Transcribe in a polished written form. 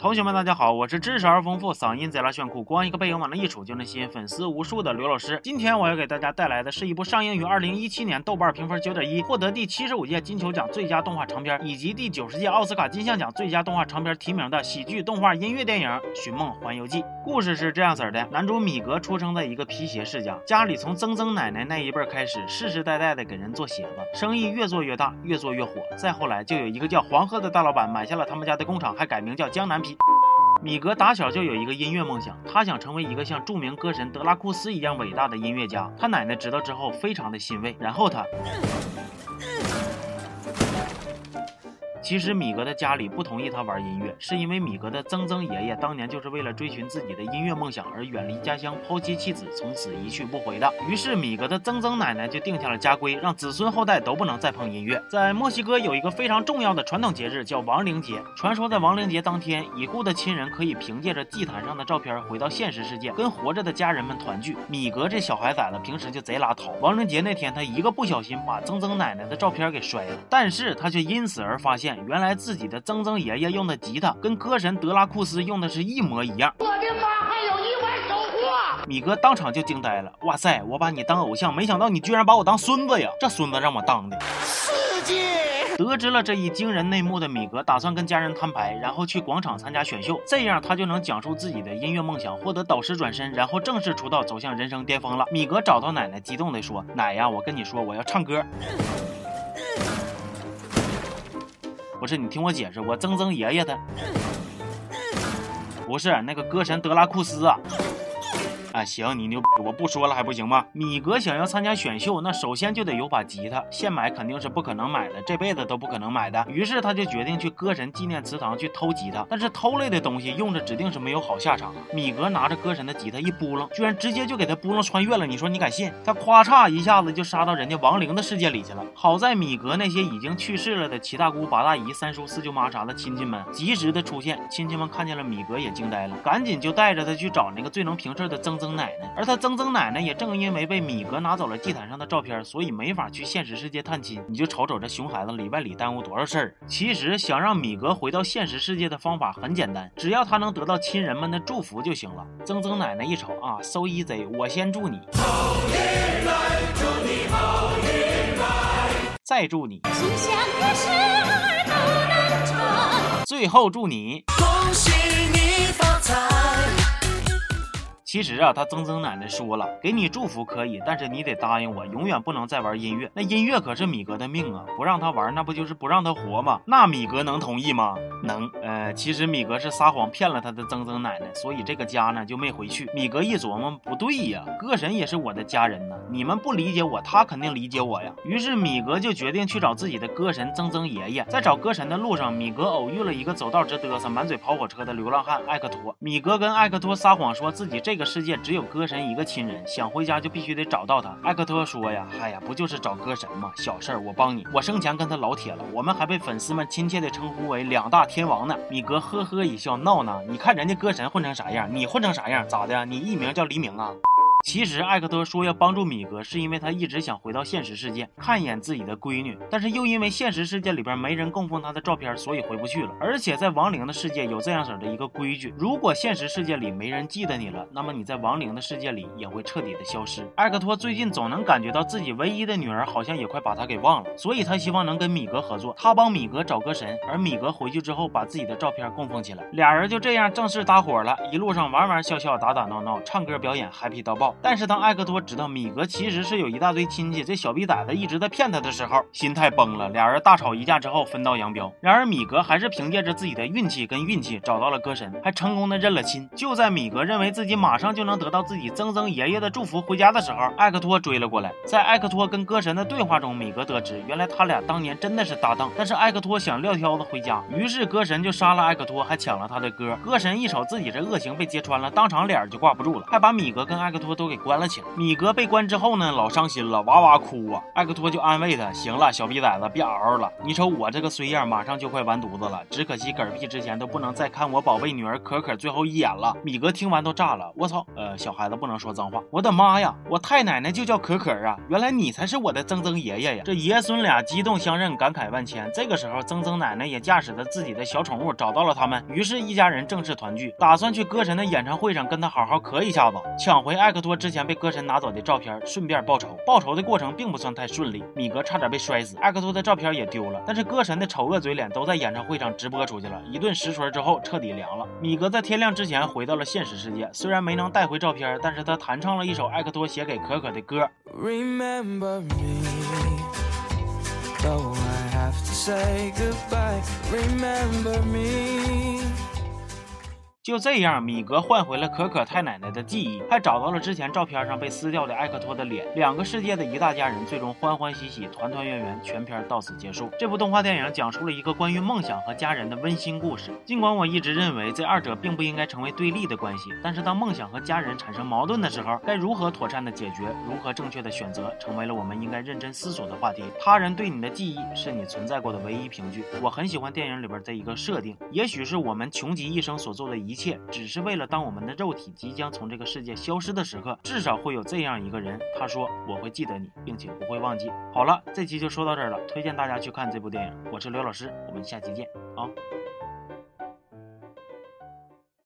同学们大家好，我是知识而丰富，嗓音贼拉炫酷，光一个背影往那一杵就能吸引粉丝无数的刘老师。今天我要给大家带来的是一部上映于2017年，豆瓣评分9.1，获得第75届金球奖最佳动画长片以及第90届奥斯卡金像奖最佳动画长片提名的喜剧动画音乐电影《寻梦环游记》。故事是这样子的，男主米格出生在一个皮鞋世家，家里从曾曾奶奶那一辈开始世世代代的给人做鞋子，生意越做越大，越做越火。再后来就有一个叫黄鹤的大老板买下了他们家的工厂，还改名叫江南皮。米格打小就有一个音乐梦想，他想成为一个像著名歌神德拉库斯一样伟大的音乐家。他奶奶知道之后非常的欣慰，然后他其实米格的家里不同意他玩音乐，是因为米格的曾曾爷爷当年就是为了追寻自己的音乐梦想而远离家乡，抛妻弃子，从此一去不回的。于是米格的曾曾奶奶就定下了家规，让子孙后代都不能再碰音乐。在墨西哥有一个非常重要的传统节日叫亡灵节，传说在亡灵节当天，已故的亲人可以凭借着祭坛上的照片回到现实世界，跟活着的家人们团聚。米格这小孩崽子平时就贼拉淘，亡灵节那天他一个不小心把曾曾奶奶的照片给摔了，但是他却因此而发现原来自己的曾曾爷爷用的吉他跟歌神德拉库斯用的是一模一样。我的妈，还有意外收获！米格当场就惊呆了，哇塞，我把你当偶像，没想到你居然把我当孙子呀！这孙子让我当的世界。得知了这一惊人内幕的米格打算跟家人摊牌，然后去广场参加选秀，这样他就能讲述自己的音乐梦想，获得导师转身，然后正式出道，走向人生巅峰了。米格找到奶奶，激动地说，奶呀，我跟你说，我要唱歌。不是，你听我解释，我曾曾爷爷的不是那个歌神德拉库斯啊。啊，行，你牛逼，我不说了还不行吗？米格想要参加选秀，那首先就得有把吉他，现买肯定是不可能买的，这辈子都不可能买的。于是他就决定去歌神纪念祠堂去偷吉他，但是偷类的东西用着指定是没有好下场。米格拿着歌神的吉他一拨楞，居然直接就给他拨楞穿越了，你说你敢信？他咔嚓一下子就杀到人家亡灵的世界里去了。好在米格那些已经去世了的七大姑八大姨三叔四舅妈啥的亲戚们及时的出现，亲戚们看见了米格也惊呆了，赶紧就带着他去找那个最能平事的曾曾奶奶。而他曾曾奶奶也正因为被米格拿走了祭坛上的照片，所以没法去现实世界探亲。你就瞅瞅这熊孩子里外里耽误多少事儿。其实想让米格回到现实世界的方法很简单，只要他能得到亲人们的祝福就行了。曾曾奶奶一瞅啊 ，so easy， 我先祝你，好运来，祝你好运来，再祝你，心想的事儿都能成，最后祝你，恭喜你发财。其实啊，他曾曾奶奶说了，给你祝福可以，但是你得答应我，永远不能再玩音乐。那音乐可是米格的命啊，不让他玩，那不就是不让他活吗？那米格能同意吗？能。其实米格是撒谎骗了他的曾曾奶奶，所以这个家呢就没回去。米格一琢磨，不对呀，歌神也是我的家人呢，你们不理解我，他肯定理解我呀。于是米格就决定去找自己的歌神曾曾爷爷。在找歌神的路上，米格偶遇了一个走道直嘚瑟、满嘴跑火车的流浪汉艾克托。米格跟艾克托撒谎说自己这个世界只有歌神一个亲人，想回家就必须得找到他。艾克托说呀，哎呀，不就是找歌神吗？小事儿，我帮你。我生前跟他老铁了，我们还被粉丝们亲切地称呼为两大天王呢。米格呵呵一笑，闹呢？你看人家歌神混成啥样，你混成啥样？咋的？你艺名叫黎明啊？其实艾克托说要帮助米格，是因为他一直想回到现实世界看一眼自己的闺女，但是又因为现实世界里边没人供奉他的照片，所以回不去了。而且在亡灵的世界有这样式的一个规矩，如果现实世界里没人记得你了，那么你在亡灵的世界里也会彻底的消失。艾克托最近总能感觉到自己唯一的女儿好像也快把他给忘了，所以他希望能跟米格合作，他帮米格找歌神，而米格回去之后把自己的照片供奉起来。俩人就这样正式搭伙了，一路上玩玩笑笑，打打闹闹，唱歌表演 happy 到爆。但是当艾克托知道米格其实是有一大堆亲戚，这小逼崽子一直在骗他的时候，心态崩了。俩人大吵一架之后分道扬镳。然而米格还是凭借着自己的运气跟运气找到了歌神，还成功的认了亲。就在米格认为自己马上就能得到自己曾曾爷爷的祝福回家的时候，艾克托追了过来。在艾克托跟歌神的对话中，米格得知原来他俩当年真的是搭档，但是艾克托想撂挑子回家，于是歌神就杀了艾克托，还抢了他的歌。歌神一瞅自己这恶行被揭穿了，当场脸就挂不住了，还把米格跟艾克托都都给关了起来。米格被关之后呢，老伤心了，哇哇哭啊。艾克托就安慰他，行了，小逼崽子，别嗷嗷了，你瞅我这个衰样，马上就快完犊子了，只可惜嗝屁之前都不能再看我宝贝女儿可可最后一眼了。米格听完都炸了，我操，小孩子不能说脏话，我的妈呀，我太奶奶就叫可可啊，原来你才是我的曾曾爷爷呀！这爷孙俩激动相认，感慨万千。这个时候，曾曾奶奶也驾驶着自己的小宠物找到了他们，于是，一家人正式团聚，打算去歌神的演唱会上跟他好好磕一下子，抢回艾克托之前被歌神拿走的照片，顺便报仇。报仇的过程并不算太顺利，米格差点被摔死，艾克托的照片也丢了，但是歌神的丑恶嘴脸都在演唱会上直播出去了，一顿实锤之后彻底凉了。米格在天亮之前回到了现实世界，虽然没能带回照片，但是他弹唱了一首艾克托写给可可的歌。Remember me, though I have to say goodbye. Remember me. 就这样，米格换回了可可太奶奶的记忆，还找到了之前照片上被撕掉的艾克托的脸。两个世界的一大家人最终欢欢喜喜、团团圆圆，全片到此结束。这部动画电影讲述了一个关于梦想和家人的温馨故事。尽管我一直认为这二者并不应该成为对立的关系，但是当梦想和家人产生矛盾的时候，该如何妥善的解决，如何正确的选择，成为了我们应该认真思索的话题。他人对你的记忆是你存在过的唯一凭据。我很喜欢电影里边这一个设定，也许是我们穷极一生所做的一切，只是为了当我们的肉体即将从这个世界消失的时刻，至少会有这样一个人，他说我会记得你，并且不会忘记。好了，这期就说到这儿了，推荐大家去看这部电影。我是刘老师，我们下期见啊。